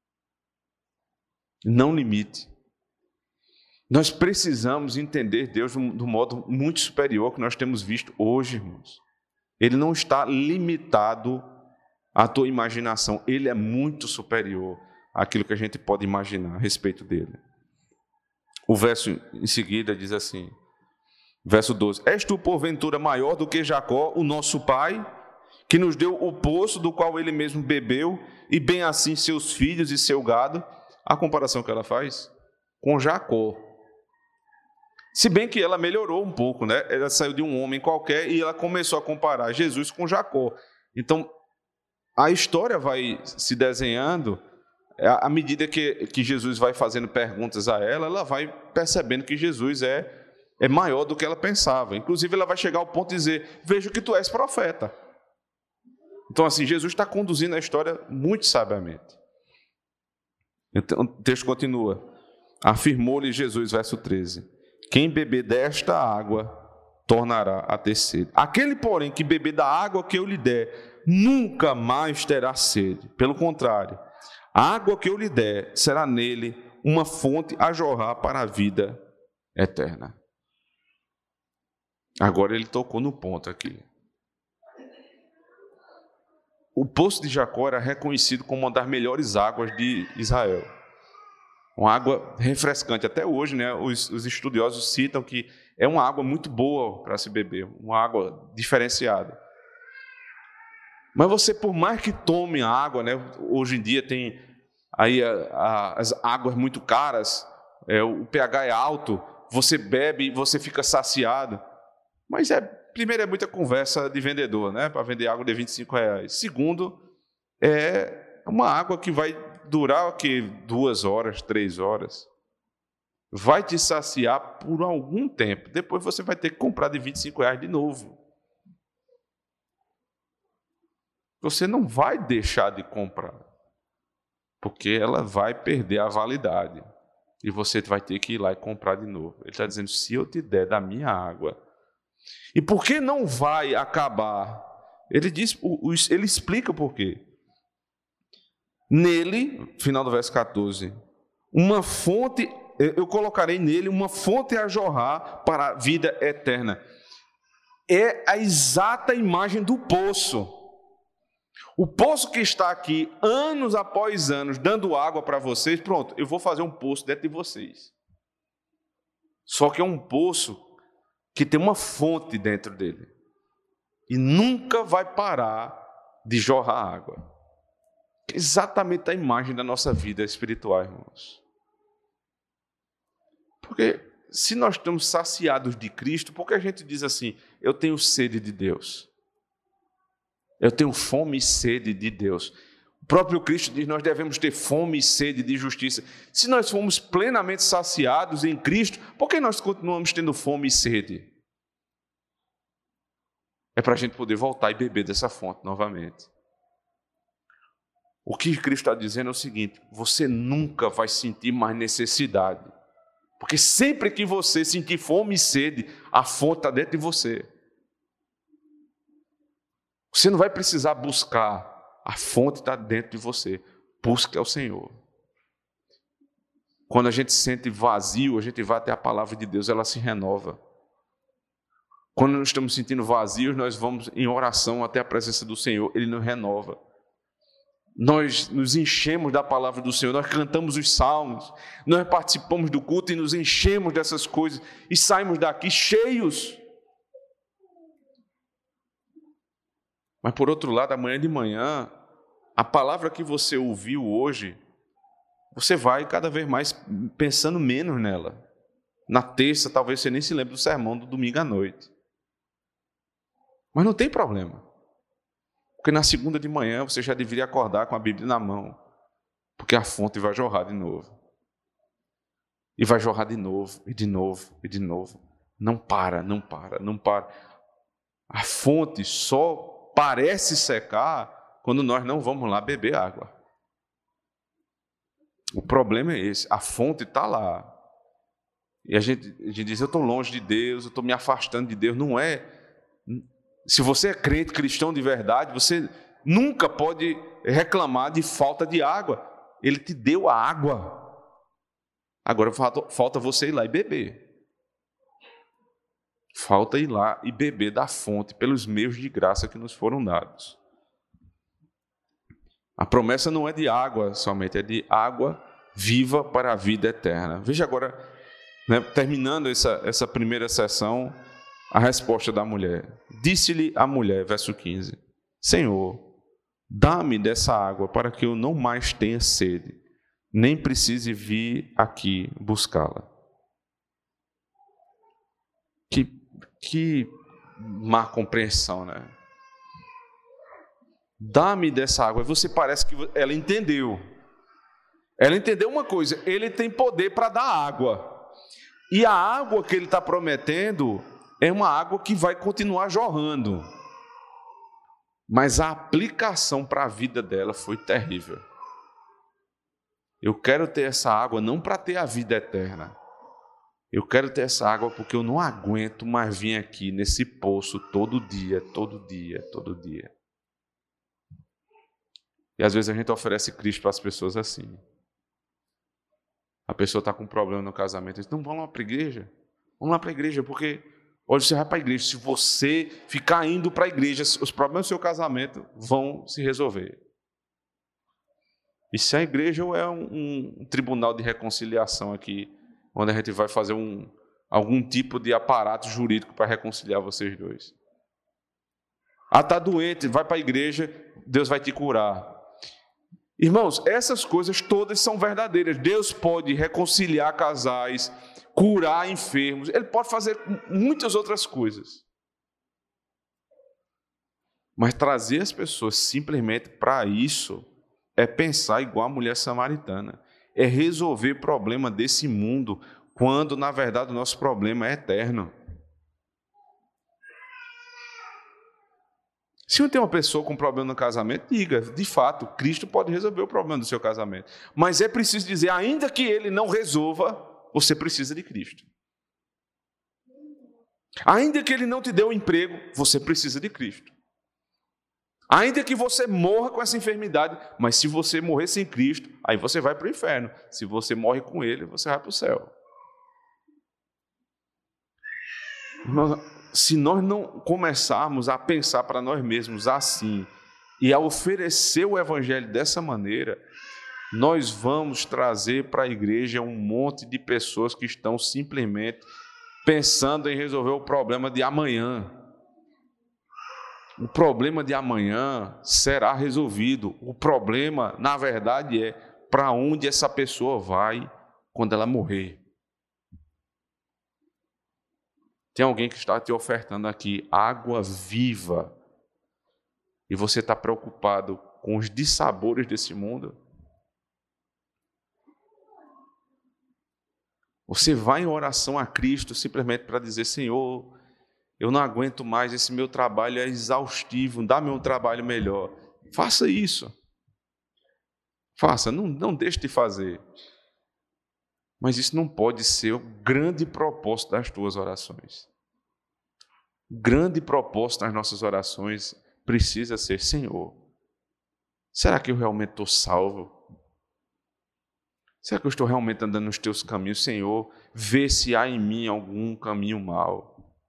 Não limite. Nós precisamos entender Deus do modo muito superior que nós temos visto hoje, irmãos. Ele não está limitado à tua imaginação. Ele é muito superior àquilo que a gente pode imaginar a respeito dele. O verso em seguida diz assim, verso 12. És tu, porventura, maior do que Jacó, o nosso pai, que nos deu o poço do qual ele mesmo bebeu, e bem assim seus filhos e seu gado? A comparação que ela faz com Jacó. Se bem que ela melhorou um pouco, né? Ela saiu de um homem qualquer e ela começou a comparar Jesus com Jacó. Então, a história vai se desenhando, à medida que Jesus vai fazendo perguntas a ela, ela vai percebendo que Jesus é maior do que ela pensava. Inclusive, ela vai chegar ao ponto de dizer, vejo que tu és profeta. Então, assim, Jesus está conduzindo a história muito sabiamente. Então, o texto continua. Afirmou-lhe Jesus, verso 13, quem beber desta água, tornará a ter sede. Aquele, porém, que beber da água que eu lhe der, nunca mais terá sede. Pelo contrário, a água que eu lhe der será nele uma fonte a jorrar para a vida eterna. Agora ele tocou no ponto aqui. O poço de Jacó era reconhecido como uma das melhores águas de Israel. Uma água refrescante. Até hoje, né, os estudiosos citam que é uma água muito boa para se beber, uma água diferenciada. Mas você, por mais que tome a água, né, hoje em dia tem aí as águas muito caras, o pH é alto, você bebe e você fica saciado. Mas primeiro é muita conversa de vendedor, né, para vender água de R$25. Segundo, é uma água que vai durar o quê? 2 horas, 3 horas. Vai te saciar por algum tempo. Depois você vai ter que comprar de R$25 de novo. Você não vai deixar de comprar, porque ela vai perder a validade. E você vai ter que ir lá e comprar de novo. Ele está dizendo, se eu te der da minha água. E por que não vai acabar? Ele explica por quê. Nele, final do verso 14, uma fonte, eu colocarei nele uma fonte a jorrar para a vida eterna. É a exata imagem do poço. O poço que está aqui, anos após anos, dando água para vocês, pronto, eu vou fazer um poço dentro de vocês. Só que é um poço que tem uma fonte dentro dele. E nunca vai parar de jorrar água. Exatamente a imagem da nossa vida espiritual, irmãos. Porque se nós estamos saciados de Cristo, por que a gente diz assim, eu tenho sede de Deus? Eu tenho fome e sede de Deus. O próprio Cristo diz, nós devemos ter fome e sede de justiça. Se nós fomos plenamente saciados em Cristo, por que nós continuamos tendo fome e sede? É para a gente poder voltar e beber dessa fonte novamente. O que Cristo está dizendo é o seguinte, você nunca vai sentir mais necessidade. Porque sempre que você sentir fome e sede, a fonte está dentro de você. Você não vai precisar buscar, a fonte está dentro de você. Busque ao Senhor. Quando a gente se sente vazio, a gente vai até a palavra de Deus, ela se renova. Quando nós estamos sentindo vazios, nós vamos em oração até a presença do Senhor, Ele nos renova. Nós nos enchemos da palavra do Senhor, nós cantamos os salmos, nós participamos do culto e nos enchemos dessas coisas e saímos daqui cheios. Mas por outro lado, amanhã de manhã, a palavra que você ouviu hoje, você vai cada vez mais pensando menos nela. Na terça, talvez você nem se lembre do sermão do domingo à noite. Mas não tem problema. Porque na segunda de manhã você já deveria acordar com a Bíblia na mão. Porque a fonte vai jorrar de novo. E vai jorrar de novo, e de novo, e de novo. Não para, não para, não para. A fonte só parece secar quando nós não vamos lá beber água. O problema é esse. A fonte está lá. E a gente diz, eu estou longe de Deus, eu estou me afastando de Deus. Não é. Se você é crente cristão de verdade, você nunca pode reclamar de falta de água. Ele te deu a água. Agora falta você ir lá e beber. Falta ir lá e beber da fonte pelos meios de graça que nos foram dados. A promessa não é de água somente, é de água viva para a vida eterna. Veja agora, terminando essa primeira sessão, a resposta da mulher. Disse-lhe a mulher, verso 15, Senhor, dá-me dessa água para que eu não mais tenha sede, nem precise vir aqui buscá-la. Que má compreensão, né? Dá-me dessa água. Você parece que ela entendeu. Ela entendeu uma coisa, ele tem poder para dar água. E a água que ele está prometendo é uma água que vai continuar jorrando. Mas a aplicação para a vida dela foi terrível. Eu quero ter essa água não para ter a vida eterna. Eu quero ter essa água porque eu não aguento mais vir aqui nesse poço todo dia, todo dia, todo dia. E às vezes a gente oferece Cristo para as pessoas assim. A pessoa está com um problema no casamento e diz, não, vamos lá para a igreja. Vamos lá para a igreja, porque hoje você vai para a igreja. Se você ficar indo para a igreja, os problemas do seu casamento vão se resolver. E se a igreja é um tribunal de reconciliação aqui, onde a gente vai fazer algum tipo de aparato jurídico para reconciliar vocês dois. Está doente, vai para a igreja, Deus vai te curar. Irmãos, essas coisas todas são verdadeiras. Deus pode reconciliar casais, curar enfermos, Ele pode fazer muitas outras coisas. Mas trazer as pessoas simplesmente para isso é pensar igual a mulher samaritana. É resolver problema desse mundo, quando, na verdade, o nosso problema é eterno. Se tem uma pessoa com problema no casamento, diga, de fato, Cristo pode resolver o problema do seu casamento. Mas é preciso dizer, ainda que Ele não resolva, você precisa de Cristo. Ainda que Ele não te dê um emprego, você precisa de Cristo. Ainda que você morra com essa enfermidade, mas se você morrer sem Cristo, aí você vai para o inferno. Se você morre com Ele, você vai para o céu. Se nós não começarmos a pensar para nós mesmos assim, e a oferecer o Evangelho dessa maneira, nós vamos trazer para a igreja um monte de pessoas que estão simplesmente pensando em resolver o problema de amanhã. O problema de amanhã será resolvido. O problema, na verdade, é para onde essa pessoa vai quando ela morrer. Tem alguém que está te ofertando aqui água viva e você está preocupado com os dissabores desse mundo? Você vai em oração a Cristo simplesmente para dizer, Senhor, eu não aguento mais, esse meu trabalho é exaustivo, dá-me um trabalho melhor. Faça isso. Faça, não deixe de fazer. Mas isso não pode ser o grande propósito das tuas orações. O grande propósito das nossas orações precisa ser, Senhor, será que eu realmente estou salvo? Será que eu estou realmente andando nos teus caminhos? Senhor, vê se há em mim algum caminho mau.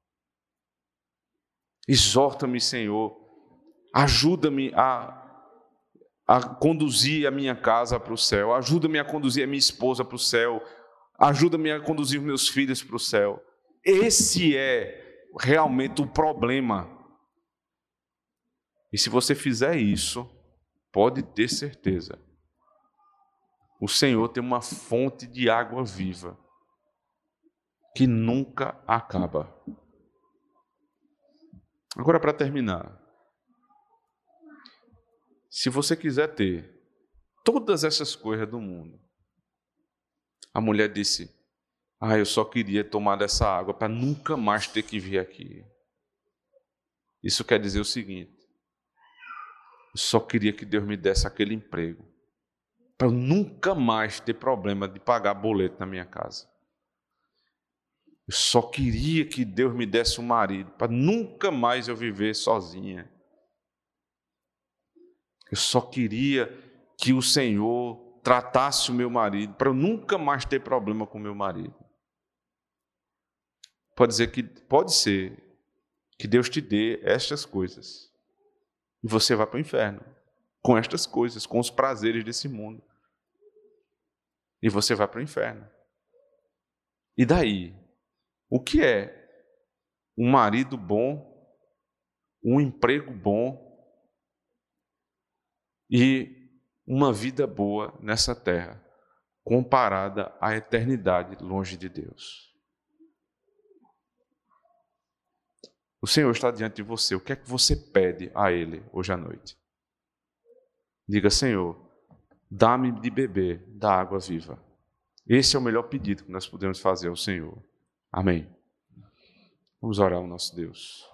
Exorta-me, Senhor, ajuda-me a conduzir a minha casa para o céu, ajuda-me a conduzir a minha esposa para o céu, ajuda-me a conduzir os meus filhos para o céu. Esse é realmente o problema. E se você fizer isso, pode ter certeza. O Senhor tem uma fonte de água viva que nunca acaba. Agora, para terminar, se você quiser ter todas essas coisas do mundo, a mulher disse: eu só queria tomar dessa água para nunca mais ter que vir aqui. Isso quer dizer o seguinte: eu só queria que Deus me desse aquele emprego, para eu nunca mais ter problema de pagar boleto na minha casa. Eu só queria que Deus me desse um marido, para nunca mais eu viver sozinha. Eu só queria que o Senhor tratasse o meu marido, para eu nunca mais ter problema com o meu marido. Pode ser que Deus te dê estas coisas e você vai para o inferno com estas coisas, com os prazeres desse mundo. E você vai para o inferno. E daí? O que é um marido bom, um emprego bom e uma vida boa nessa terra, comparada à eternidade longe de Deus? O Senhor está diante de você. O que é que você pede a Ele hoje à noite? Diga: Senhor, dá-me de beber da água viva. Esse é o melhor pedido que nós podemos fazer ao Senhor. Amém. Vamos orar ao nosso Deus.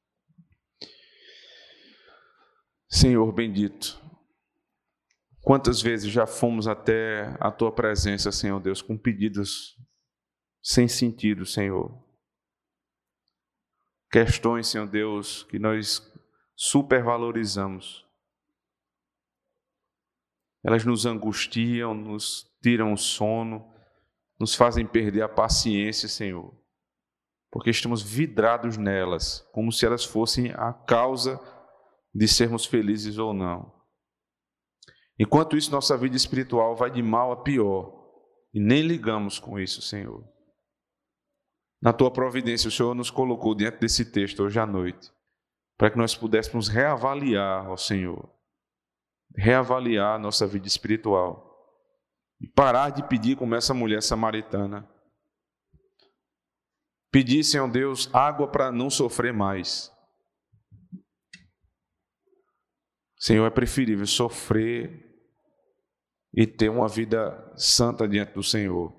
Senhor bendito, quantas vezes já fomos até a Tua presença, Senhor Deus, com pedidos sem sentido, Senhor. Questões, Senhor Deus, que nós supervalorizamos. Elas nos angustiam, nos tiram o sono, nos fazem perder a paciência, Senhor, porque estamos vidrados nelas, como se elas fossem a causa de sermos felizes ou não. Enquanto isso, nossa vida espiritual vai de mal a pior, e nem ligamos com isso, Senhor. Na Tua providência, o Senhor nos colocou diante desse texto hoje à noite, para que nós pudéssemos reavaliar, ó Senhor, reavaliar a nossa vida espiritual, e parar de pedir como essa mulher samaritana. Pedir, Senhor Deus, água para não sofrer mais. Senhor, é preferível sofrer e ter uma vida santa diante do Senhor.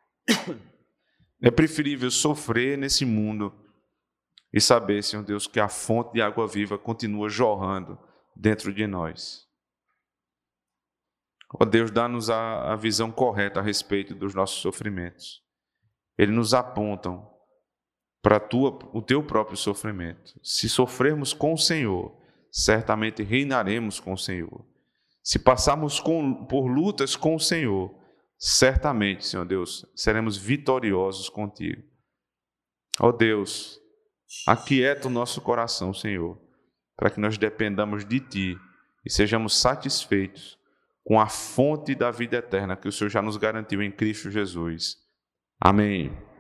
É preferível sofrer nesse mundo e saber, Senhor Deus, que a fonte de água viva continua jorrando dentro de nós. Ó Deus, dá-nos a visão correta a respeito dos nossos sofrimentos. Eles nos apontam para o Teu próprio sofrimento. Se sofrermos com o Senhor, certamente reinaremos com o Senhor. Se passarmos por lutas com o Senhor, certamente, Senhor Deus, seremos vitoriosos contigo. Ó Deus, aquieta o nosso coração, Senhor, para que nós dependamos de Ti e sejamos satisfeitos com a fonte da vida eterna que o Senhor já nos garantiu em Cristo Jesus. Amém.